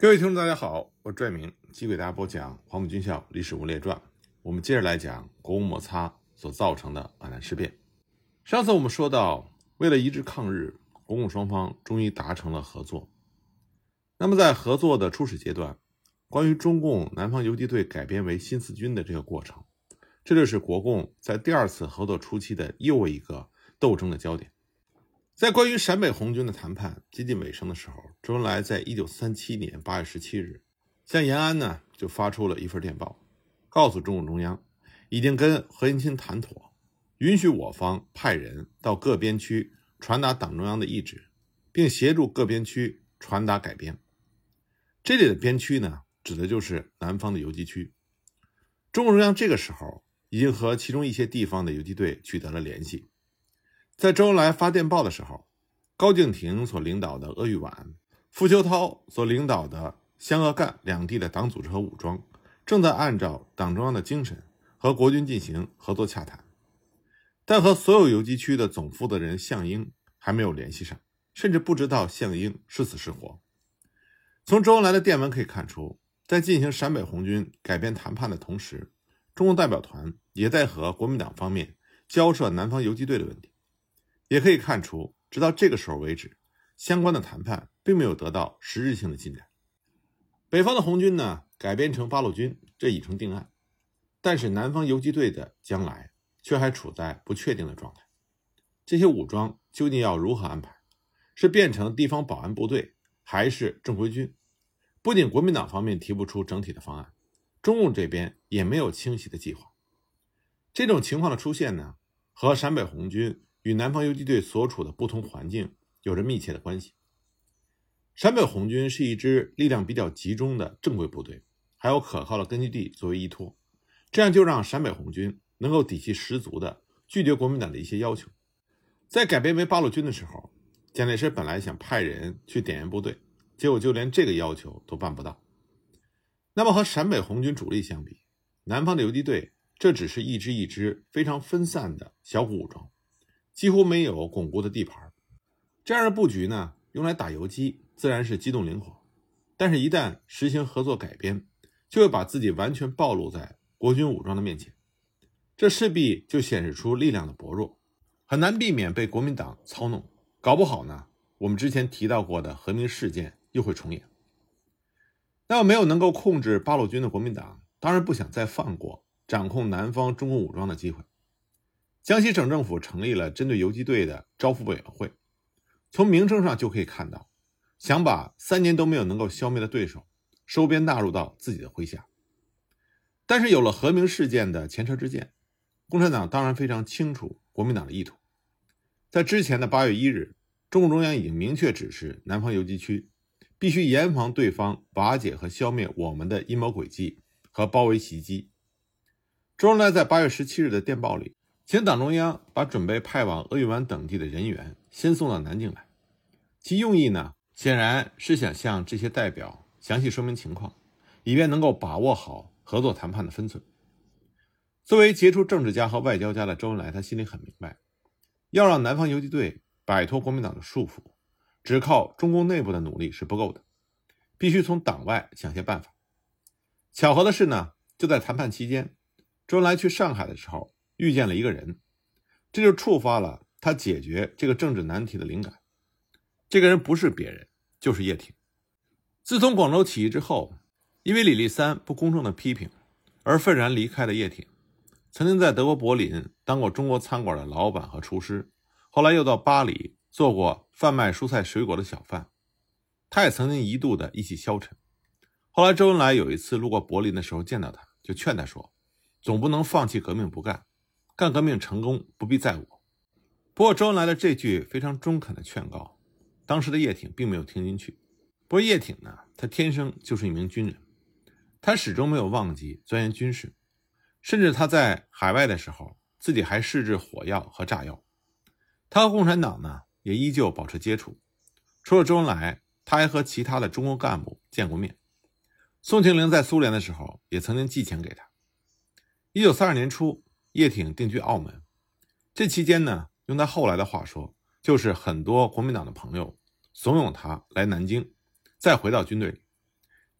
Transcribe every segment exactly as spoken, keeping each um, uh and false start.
各位听众大家好，我是拽明，继续给大家播讲黄埔军校历史人物列传。我们接着来讲国共摩擦所造成的皖南事变。上次我们说到，为了一致抗日，国共双方终于达成了合作。那么在合作的初始阶段，关于中共南方游击队改编为新四军的这个过程，这就是国共在第二次合作初期的又一个斗争的焦点。在关于陕北红军的谈判接近尾声的时候，周恩来在一九三七年八月十七日向延安呢就发出了一份电报，告诉中共中央已经跟何应钦谈妥，允许我方派人到各边区传达党中央的意志，并协助各边区传达改编。这里的边区呢，指的就是南方的游击区。中共中央这个时候已经和其中一些地方的游击队取得了联系。在周恩来发电报的时候，高敬亭所领导的鄂豫皖，傅秋涛所领导的湘鄂赣两地的党组织和武装正在按照党中央的精神和国军进行合作洽谈，但和所有游击区的总负责人项英还没有联系上，甚至不知道项英是死是活。从周恩来的电文可以看出，在进行陕北红军改编谈判的同时，中共代表团也在和国民党方面交涉南方游击队的问题。也可以看出，直到这个时候为止，相关的谈判并没有得到实质性的进展。北方的红军呢，改编成八路军，这已成定案，但是南方游击队的将来却还处在不确定的状态。这些武装究竟要如何安排？是变成地方保安部队，还是正规军？不仅国民党方面提不出整体的方案，中共这边也没有清晰的计划。这种情况的出现呢，和陕北红军与南方游击队所处的不同环境有着密切的关系。陕北红军是一支力量比较集中的正规部队，还有可靠的根据地作为依托，这样就让陕北红军能够底气十足地拒绝国民党的一些要求。在改编为八路军的时候，蒋介石本来想派人去点援部队，结果就连这个要求都办不到。那么和陕北红军主力相比，南方的游击队这只是一支一支非常分散的小股武装，几乎没有巩固的地盘。这样的布局呢，用来打游击自然是机动灵活，但是一旦实行合作改编，就会把自己完全暴露在国军武装的面前，这势必就显示出力量的薄弱，很难避免被国民党操弄，搞不好呢，我们之前提到过的和平事件又会重演。那么没有能够控制八路军的国民党，当然不想再放过掌控南方中共武装的机会。江西省政府成立了针对游击队的招抚委员会，从名称上就可以看到，想把三年都没有能够消灭的对手收编纳入到自己的麾下。但是有了和平事件的前车之鉴，共产党当然非常清楚国民党的意图。在之前的八月一日，中共中央已经明确指示南方游击区必须严防对方瓦解和消灭我们的阴谋诡计和包围袭击。周恩来在八月十七日的电报里，请党中央把准备派往鄂豫皖等地的人员先送到南京来，其用意呢，显然是想向这些代表详细说明情况，以便能够把握好合作谈判的分寸。作为杰出政治家和外交家的周恩来，他心里很明白，要让南方游击队摆脱国民党的束缚，只靠中共内部的努力是不够的，必须从党外想些办法。巧合的是呢，就在谈判期间，周恩来去上海的时候遇见了一个人，这就触发了他解决这个政治难题的灵感。这个人不是别人，就是叶挺。自从广州起义之后，因为李立三不公正的批评而愤然离开的叶挺，曾经在德国柏林当过中国餐馆的老板和厨师，后来又到巴黎做过贩卖蔬菜水果的小贩。他也曾经一度的意气消沉。后来周恩来有一次路过柏林的时候见到他，就劝他说，总不能放弃革命不干，干革命成功不必在我。不过周恩来的这句非常中肯的劝告，当时的叶挺并没有听进去。不过叶挺呢，他天生就是一名军人，他始终没有忘记钻研军事，甚至他在海外的时候自己还试制火药和炸药。他和共产党呢也依旧保持接触，除了周恩来，他还和其他的中国干部见过面。宋庆龄在苏联的时候也曾经寄钱给他。一九三二年初，叶挺定居澳门，这期间呢，用他后来的话说，就是很多国民党的朋友怂恿他来南京，再回到军队里，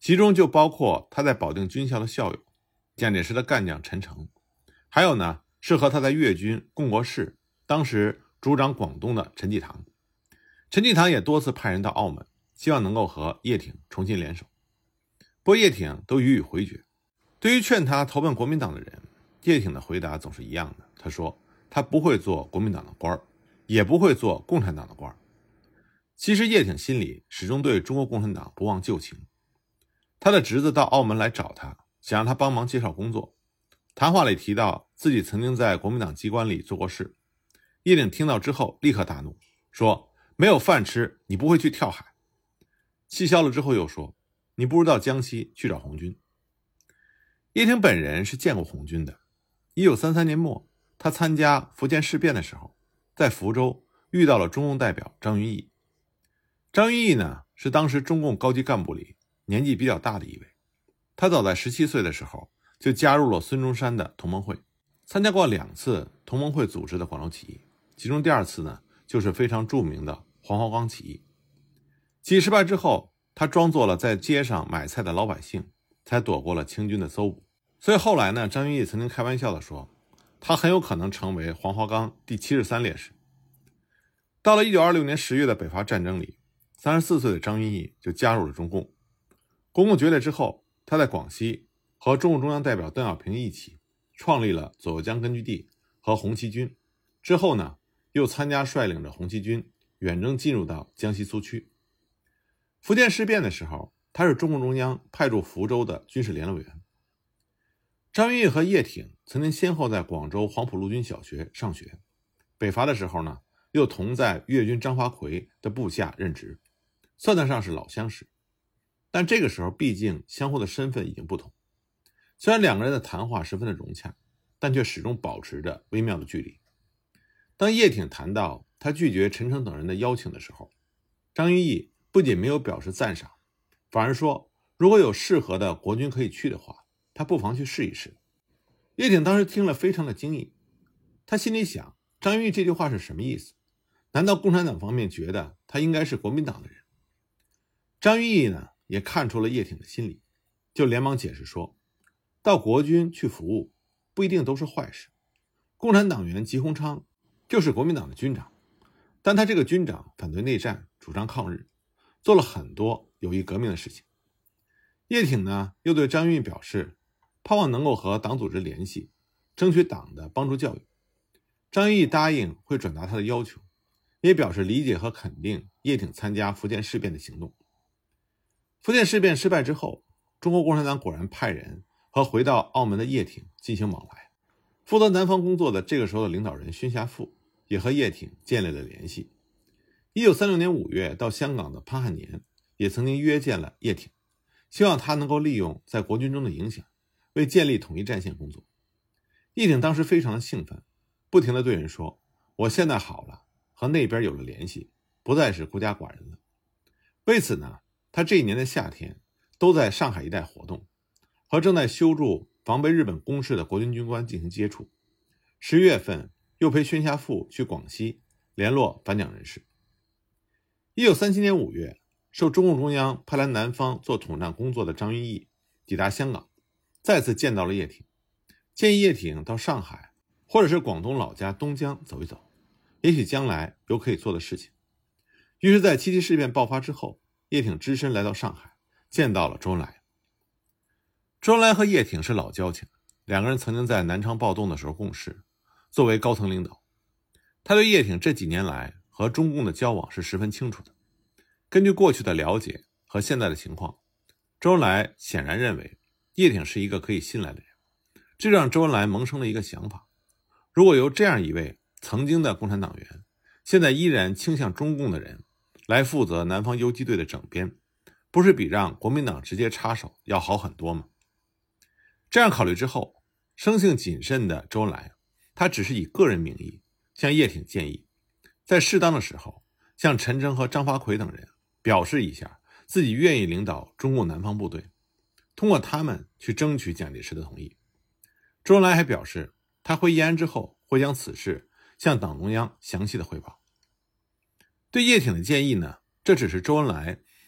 其中就包括他在保定军校的校友蒋介石的干将陈诚，还有呢是和他在粤军共国事当时主掌广东的陈济棠。陈济棠也多次派人到澳门，希望能够和叶挺重新联手，不过叶挺都予以回绝。对于劝他投奔国民党的人，叶挺的回答总是一样的，他说他不会做国民党的官，也不会做共产党的官。其实叶挺心里始终对中国共产党不忘旧情。他的侄子到澳门来找他，想让他帮忙介绍工作。谈话里提到自己曾经在国民党机关里做过事。叶挺听到之后立刻大怒，说没有饭吃你不会去跳海。气消了之后又说你不如到江西去找红军。叶挺本人是见过红军的。一九三三年末，他参加福建事变的时候，在福州遇到了中共代表张云逸。张云逸呢，是当时中共高级干部里年纪比较大的一位。他早在十七岁的时候就加入了孙中山的同盟会，参加过两次同盟会组织的广州起义，其中第二次呢就是非常著名的黄花岗起义。起义失败之后，他装作了在街上买菜的老百姓，才躲过了清军的搜捕。所以后来呢，张云逸曾经开玩笑地说，他很有可能成为黄花岗第七十三烈士。到了一九二六年十月的北伐战争里，三十四岁的张云逸就加入了中共。国共决裂之后，他在广西和中共中央代表邓小平一起创立了左右江根据地和红七军，之后呢，又参加率领着红七军远征进入到江西苏区。福建事变的时候，他是中共中央派驻福州的军事联络员。张云逸和叶挺曾经先后在广州黄埔陆军小学上学，北伐的时候呢，又同在粤军张发奎的部下任职，算得上是老相识。但这个时候毕竟相互的身份已经不同，虽然两个人的谈话十分的融洽，但却始终保持着微妙的距离。当叶挺谈到他拒绝陈诚等人的邀请的时候，张云逸不仅没有表示赞赏，反而说如果有适合的国军可以去的话，他不妨去试一试。叶挺当时听了非常的惊异，他心里想，张云逸这句话是什么意思？难道共产党方面觉得他应该是国民党的人？张云逸呢也看出了叶挺的心理，就连忙解释说，到国军去服务不一定都是坏事。共产党员吉鸿昌就是国民党的军长，但他这个军长反对内战，主张抗日，做了很多有益革命的事情。叶挺呢又对张云逸表示，盼望能够和党组织联系，争取党的帮助教育。张云逸答应会转达他的要求，也表示理解和肯定叶挺参加福建事变的行动。福建事变失败之后，中国共产党果然派人和回到澳门的叶挺进行往来。负责南方工作的这个时候的领导人荀霞富也和叶挺建立了联系。一九三六年五月到香港的潘汉年也曾经约见了叶挺，希望他能够利用在国军中的影响，为建立统一战线工作。叶挺当时非常的兴奋，不停地对人说，我现在好了，和那边有了联系，不再是孤家寡人了。为此呢，他这一年的夏天都在上海一带活动，和正在修筑防备日本攻势的国军军官进行接触。十月份又陪荀霞富去广西联络反蒋人士。一九三七年五月，受中共中央派来南方做统战工作的张云逸抵达香港，再次见到了叶挺，建议叶挺到上海或者是广东老家东江走一走，也许将来有可以做的事情。于是在七七事变爆发之后，叶挺只身来到上海，见到了周恩来。周恩来和叶挺是老交情，两个人曾经在南昌暴动的时候共事，作为高层领导，他对叶挺这几年来和中共的交往是十分清楚的。根据过去的了解和现在的情况，周恩来显然认为叶挺是一个可以信赖的人，这让周恩来萌生了一个想法，如果由这样一位曾经的共产党员，现在依然倾向中共的人来负责南方游击队的整编，不是比让国民党直接插手要好很多吗？这样考虑之后，生性谨慎的周恩来，他只是以个人名义向叶挺建议，在适当的时候向陈诚和张发奎等人表示一下自己愿意领导中共南方部队，通过他们去争取蒋介石的同意。周恩来还表示，他回延安之后会将此事向党中央详细的汇报。对叶挺的建议呢，这只是周恩来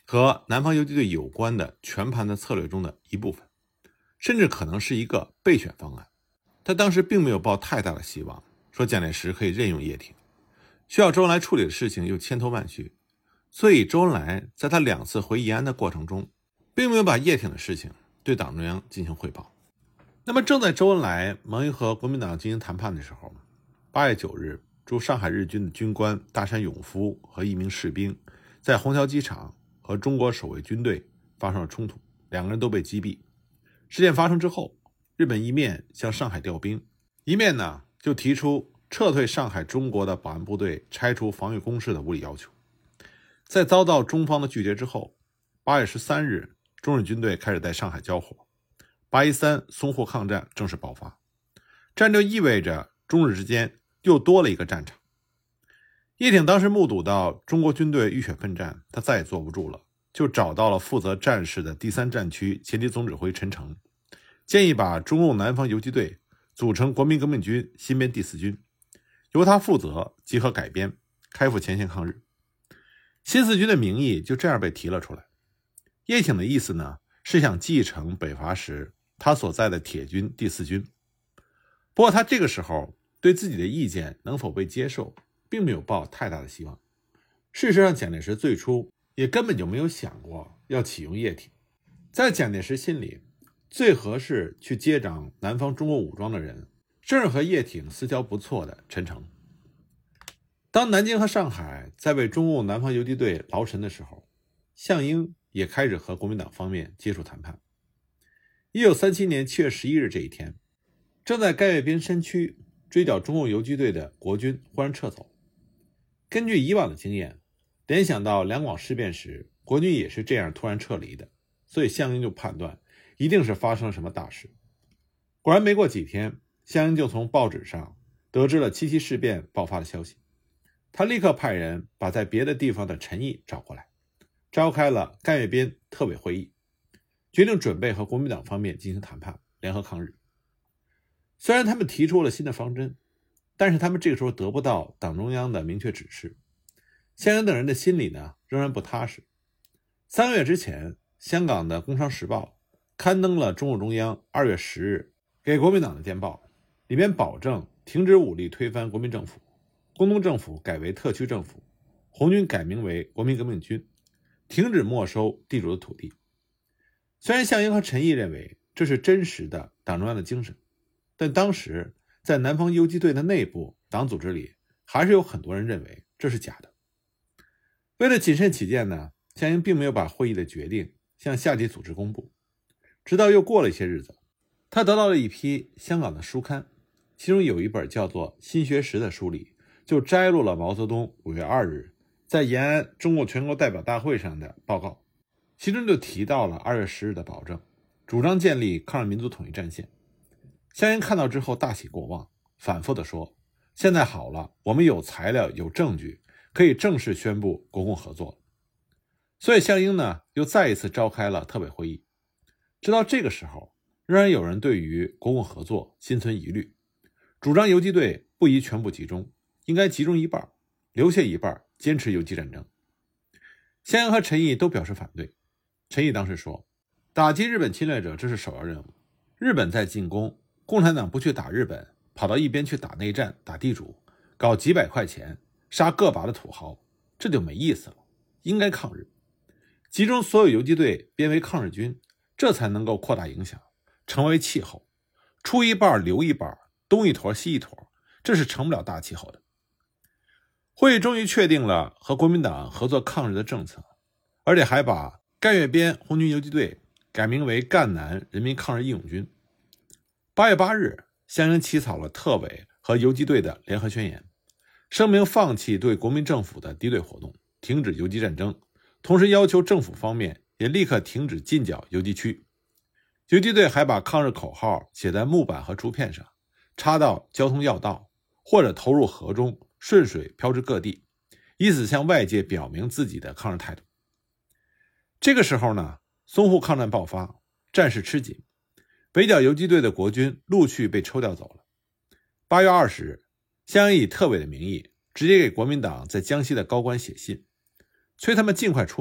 和南方游击队有关的全盘的策略中的一部分，甚至可能是一个备选方案。他当时并没有抱太大的希望，说蒋介石可以任用叶挺，需要周恩来处理的事情又千头万绪，所以周恩来在他两次回延安的过程中，并没有把叶挺的事情对党中央进行汇报。那么正在周恩来忙于和国民党进行谈判的时候，八月九日，驻上海日军的军官大山勇夫和一名士兵在虹桥机场和中国守卫军队发生了冲突，两个人都被击毙。事件发生之后，日本一面向上海调兵，一面呢就提出撤退上海中国的保安部队拆除防御工事的无理要求。在遭到中方的拒绝之后，八月十三日，中日军队开始在上海交火，八一三淞沪抗战正式爆发。战争意味着中日之间又多了一个战场。叶挺当时目睹到中国军队浴血奋战，他再也坐不住了，就找到了负责战事的第三战区前敌总指挥陈诚，建议把中共南方游击队组成国民革命军新编第四军，由他负责集合改编，开赴前线抗日。新四军的名义就这样被提了出来。叶挺的意思呢，是想继承北伐时他所在的铁军第四军。不过他这个时候对自己的意见能否被接受，并没有抱太大的希望。事实上，蒋介石最初也根本就没有想过要启用叶挺。在蒋介石心里，最合适去接掌南方中国武装的人，正是和叶挺私交不错的陈诚。当南京和上海在为中共南方游击队劳神的时候，项英也开始和国民党方面接触谈判。一九三七年七月十一日这一天，正在甘阅边山区追剿中共游击队的国军忽然撤走。根据以往的经验，联想到两广事变时国军也是这样突然撤离的，所以项英就判断一定是发生了什么大事。果然没过几天，项英就从报纸上得知了七七事变爆发的消息。他立刻派人把在别的地方的陈毅找过来，召开了甘阅边特委会议，决定准备和国民党方面进行谈判，联合抗日。虽然他们提出了新的方针，但是他们这个时候得不到党中央的明确指示，项英等人的心里呢仍然不踏实。三个月之前，香港的《工商时报》刊登了中共中央二月十日给国民党的电报，里面保证停止武力推翻国民政府，工农政府改为特区政府，红军改名为国民革命军，停止没收地主的土地。虽然项英和陈毅认为这是真实的党中央的精神，但当时在南方游击队的内部党组织里，还是有很多人认为这是假的。为了谨慎起见呢，项英并没有把会议的决定向下级组织公布。直到又过了一些日子，他得到了一批香港的书刊，其中有一本叫做《新学识》的书里就摘录了毛泽东五月二日在延安中共全国代表大会上的报告，其中就提到了二月十日的保证，主张建立抗日民族统一战线。项英看到之后大喜过望，反复地说，现在好了，我们有材料有证据，可以正式宣布国共合作。所以项英呢又再一次召开了特委会议。直到这个时候，仍然有人对于国共合作心存疑虑，主张游击队不宜全部集中，应该集中一半，留下一半坚持游击战争。项英和陈毅都表示反对。陈毅当时说，打击日本侵略者这是首要任务，日本在进攻，共产党不去打日本，跑到一边去打内战，打地主，搞几百块钱，杀个把的土豪，这就没意思了，应该抗日，集中所有游击队编为抗日军，这才能够扩大影响，成为气候，出一半留一半，东一坨西一坨，这是成不了大气候的。会议终于确定了和国民党合作抗日的政策，而且还把赣粤边红军游击队改名为赣南人民抗日义勇军。八月八日，项英起草了特委和游击队的联合宣言，声明放弃对国民政府的敌对活动，停止游击战争，同时要求政府方面也立刻停止进剿游击区。游击队还把抗日口号写在木板和竹片上，插到交通要道，或者投入河中，顺水漂至各地，以此向外界表明自己的抗日态度。这个时候呢，淞沪抗战爆发，战事吃紧，围剿游击队的国军陆续被抽调走了。八月二十日，项英以特委的名义直接给国民党在江西的高官写信，催他们尽快出面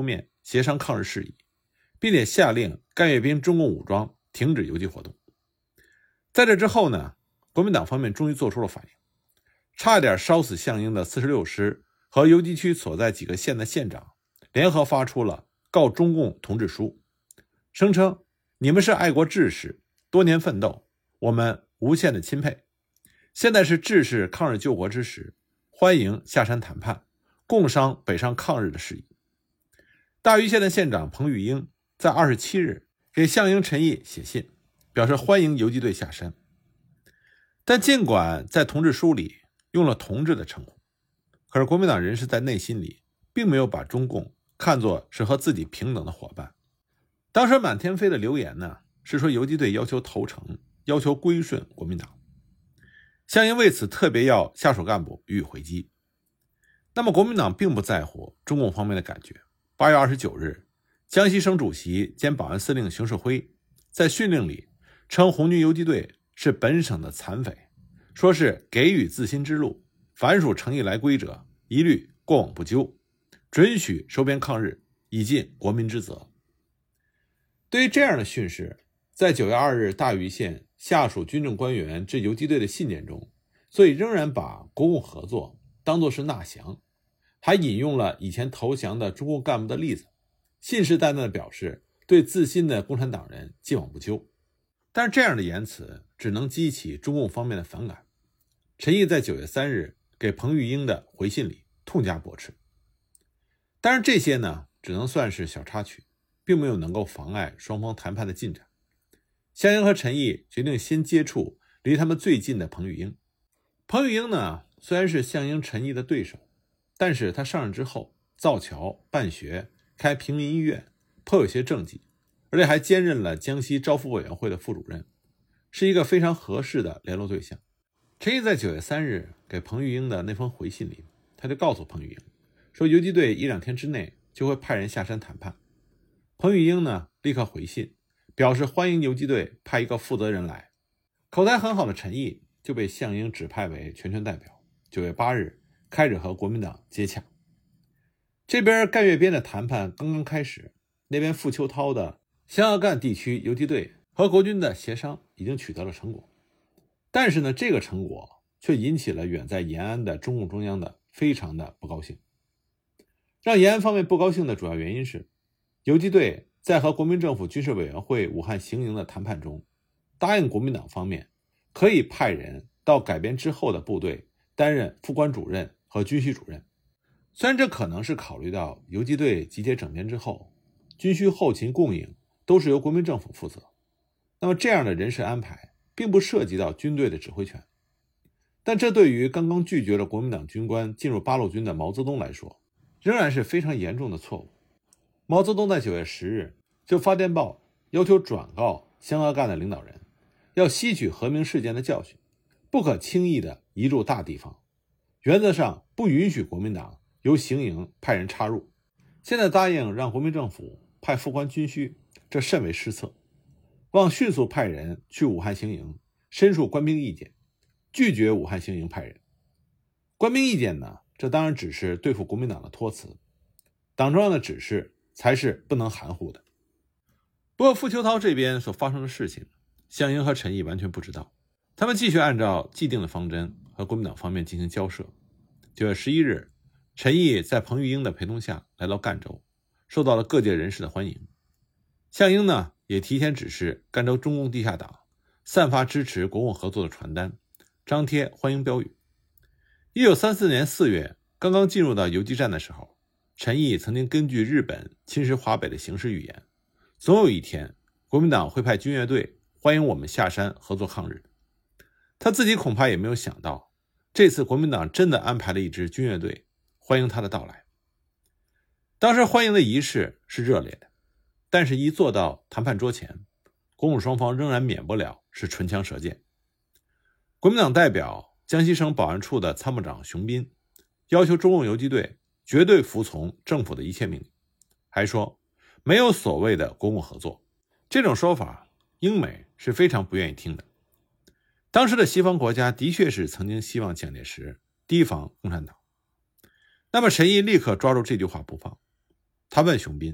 协商抗日事宜，并且下令赣粤兵中共武装停止游击活动。在这之后呢，国民党方面终于做出了反应，差点烧死项英的四十六师和游击区所在几个县的县长联合发出了告中共同志书，声称你们是爱国志士，多年奋斗，我们无限的钦佩，现在是志士抗日救国之时，欢迎下山谈判，共商北上抗日的事宜。大余县的县长彭玉英在二十七日给项英、陈毅写信，表示欢迎游击队下山。但尽管在同志书里用了同志的称呼，可是国民党人士在内心里并没有把中共看作是和自己平等的伙伴。当时满天飞的流言呢，是说游击队要求投诚，要求归顺国民党。项英为此特别要下属干部予以回击。那么国民党并不在乎中共方面的感觉。八月二十九日，江西省主席兼保安司令熊式辉在训令里称红军游击队是本省的残匪，说是给予自新之路，凡属诚意来归者，一律过往不究，准许收编抗日，以尽国民之责。对于这样的训示，在九月二日大余县下属军政官员致游击队的信件中，所以仍然把国共合作当作是纳降，还引用了以前投降的中共干部的例子，信誓旦旦地表示对自新的共产党人既往不咎。但是这样的言辞只能激起中共方面的反感。陈毅在九月三日给彭玉英的回信里痛加驳斥。当然这些呢，只能算是小插曲，并没有能够妨碍双方谈判的进展。项英和陈毅决定先接触离他们最近的彭玉英。彭玉英呢，虽然是项英、陈毅的对手，但是他上任之后造桥、办学、开平民医院，颇有些政绩，而且还兼任了江西招抚委员会的副主任，是一个非常合适的联络对象。陈毅在九月三日给彭玉英的那封回信里，他就告诉彭玉英说，游击队一两天之内就会派人下山谈判。彭玉英呢，立刻回信表示欢迎游击队派一个负责人来。口才很好的陈毅就被项英指派为全权代表，九月八日开始和国民党接洽。这边赣粤边的谈判刚刚开始，那边傅秋涛的湘鄂赣地区游击队和国军的协商已经取得了成果。但是呢，这个成果却引起了远在延安的中共中央的非常的不高兴。让延安方面不高兴的主要原因是，游击队在和国民政府军事委员会武汉行营的谈判中，答应国民党方面可以派人到改编之后的部队担任副官主任和军需主任。虽然这可能是考虑到游击队集结整编之后，军需后勤供应都是由国民政府负责，那么这样的人事安排并不涉及到军队的指挥权。但这对于刚刚拒绝了国民党军官进入八路军的毛泽东来说，仍然是非常严重的错误。毛泽东在九月十日就发电报要求转告湘鄂赣的领导人，要吸取和平事件的教训，不可轻易的移入大地方，原则上不允许国民党由行营派人插入。现在答应让国民政府派副官军需，这甚为失策，望迅速派人去武汉行营申述官兵意见，拒绝武汉行营派人。官兵意见呢，这当然只是对付国民党的托词，党中央的指示才是不能含糊的。不过傅秋涛这边所发生的事情，项英和陈毅完全不知道，他们继续按照既定的方针和国民党方面进行交涉。九月十一日，陈毅在彭玉英的陪同下来到赣州，受到了各界人士的欢迎。项英呢，也提前指示赣州中共地下党散发支持国共合作的传单，张贴欢迎标语。一九三四年四月，刚刚进入到游击战的时候，陈毅曾经根据日本侵蚀华北的形势预言，总有一天国民党会派军乐队欢迎我们下山合作抗日。他自己恐怕也没有想到，这次国民党真的安排了一支军乐队欢迎他的到来。当时欢迎的仪式是热烈的，但是一坐到谈判桌前，国共双方仍然免不了是唇枪舌剑。国民党代表江西省保安处的参谋长熊斌要求中共游击队绝对服从政府的一切命令，还说没有所谓的国共合作。这种说法英美是非常不愿意听的。当时的西方国家的确是曾经希望蒋介石提防共产党。那么陈毅立刻抓住这句话不放，他问熊斌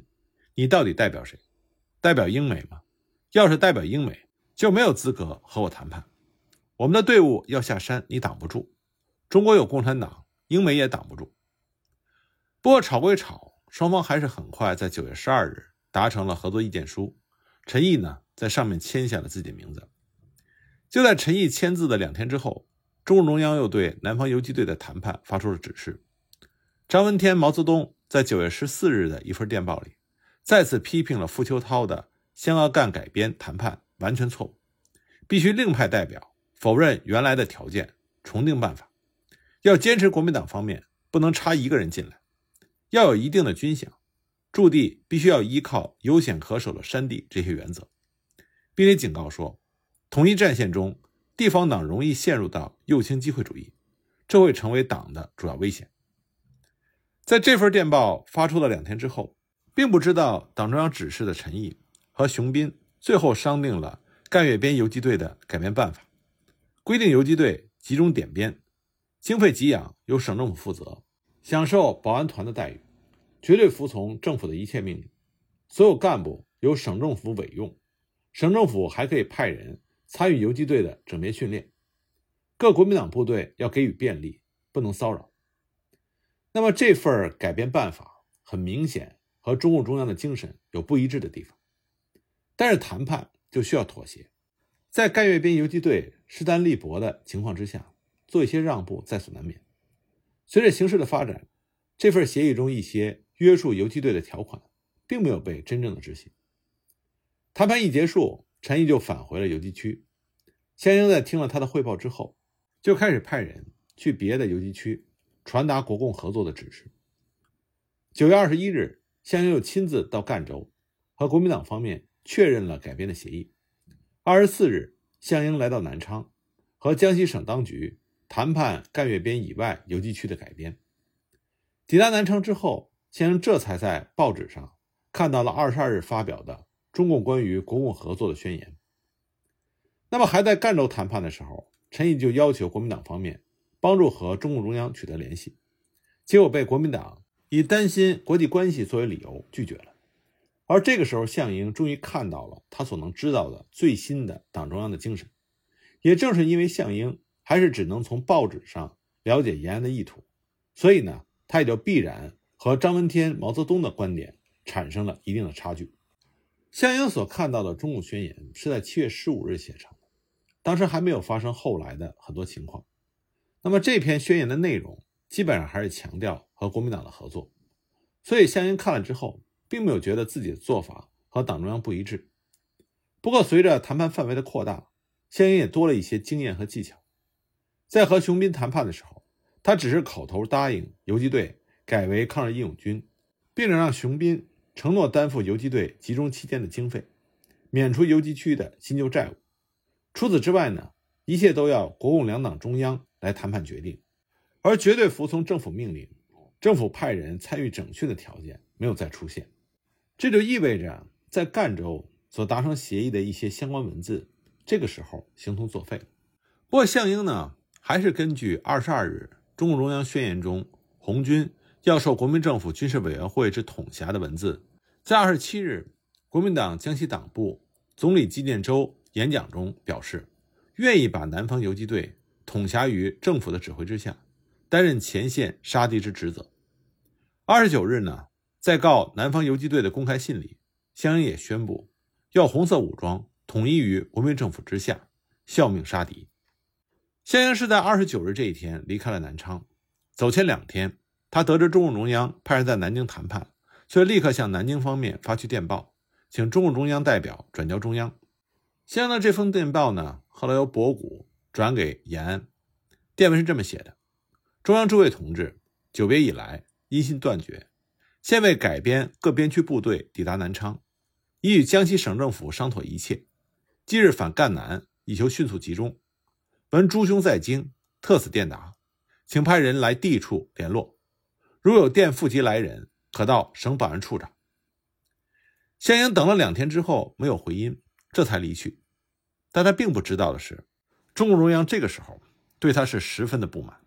你到底代表谁？代表英美吗？要是代表英美，就没有资格和我谈判。我们的队伍要下山，你挡不住。中国有共产党，英美也挡不住。不过吵归吵，双方还是很快在九月十二日达成了合作意见书。陈毅呢，在上面签下了自己的名字。就在陈毅签字的两天之后，中共中央又对南方游击队的谈判发出了指示。张闻天、毛泽东在九月十四日的一份电报里，再次批评了傅秋涛的湘鄂赣改编谈判完全错误，必须另派代表，否认原来的条件，重定办法。要坚持国民党方面不能插一个人进来，要有一定的军饷，驻地必须要依靠有险可守的山地这些原则，并且警告说，统一战线中地方党容易陷入到右倾机会主义，这会成为党的主要危险。在这份电报发出了两天之后，并不知道党中央指示的陈毅和熊斌最后商定了赣粤边游击队的改编办法，规定游击队集中点编，经费给养由省政府负责，享受保安团的待遇，绝对服从政府的一切命令，所有干部由省政府委用，省政府还可以派人参与游击队的整编训练，各国民党部队要给予便利，不能骚扰。那么这份改编办法很明显和中共中央的精神有不一致的地方，但是谈判就需要妥协，在赣粤边游击队势单力薄的情况之下，做一些让步在所难免。随着形势的发展，这份协议中一些约束游击队的条款并没有被真正的执行。谈判一结束，陈毅就返回了游击区。项英在听了他的汇报之后，就开始派人去别的游击区传达国共合作的指示。九月二十一日，项英又亲自到赣州，和国民党方面确认了改编的协议。二十四日，项英来到南昌，和江西省当局谈判赣粤边以外游击区的改编。抵达南昌之后，项英这才在报纸上看到了二十二日发表的中共关于国共合作的宣言。那么还在赣州谈判的时候，陈毅就要求国民党方面帮助和中共中央取得联系，结果被国民党以担心国际关系作为理由拒绝了。而这个时候，项英终于看到了他所能知道的最新的党中央的精神。也正是因为项英还是只能从报纸上了解延安的意图，所以呢，他也就必然和张闻天、毛泽东的观点产生了一定的差距。项英所看到的中共宣言是在七月十五日写成的，当时还没有发生后来的很多情况。那么这篇宣言的内容基本上还是强调和国民党的合作，所以项英看了之后并没有觉得自己的做法和党中央不一致。不过随着谈判范围的扩大，项英也多了一些经验和技巧。在和熊斌谈判的时候，他只是口头答应游击队改为抗日义勇军，并且让熊斌承诺担负游击队集中期间的经费，免除游击区的新旧债务。除此之外呢，一切都要国共两党中央来谈判决定，而绝对服从政府命令，政府派人参与整训的条件没有再出现。这就意味着在赣州所达成协议的一些相关文字这个时候形同作废了。不过项英呢，还是根据二十二日中共中央宣言中红军要受国民政府军事委员会之统辖的文字，在二十七日国民党江西党部总理纪念周演讲中表示，愿意把南方游击队统辖于政府的指挥之下，担任前线杀敌之职责。二十九日呢，在告南方游击队的公开信里，项英也宣布要红色武装统一于国民政府之下，效命杀敌。项英是在二十九日这一天离开了南昌，走前两天，他得知中共中央派人在南京谈判，所以立刻向南京方面发去电报，请中共中央代表转交中央。项英的这封电报呢，后来由博古转给延安。电文是这么写的：中央诸位同志，久别以来，音信断绝，现为改编各边区部队抵达南昌，已与江西省政府商妥一切，即日返赣南，以求迅速集中。闻诸兄在京，特此电达，请派人来地处联络，如有电复及来人，可到省保安处长。项英等了两天之后没有回音，这才离去。但他并不知道的是，中共中央这个时候对他是十分的不满。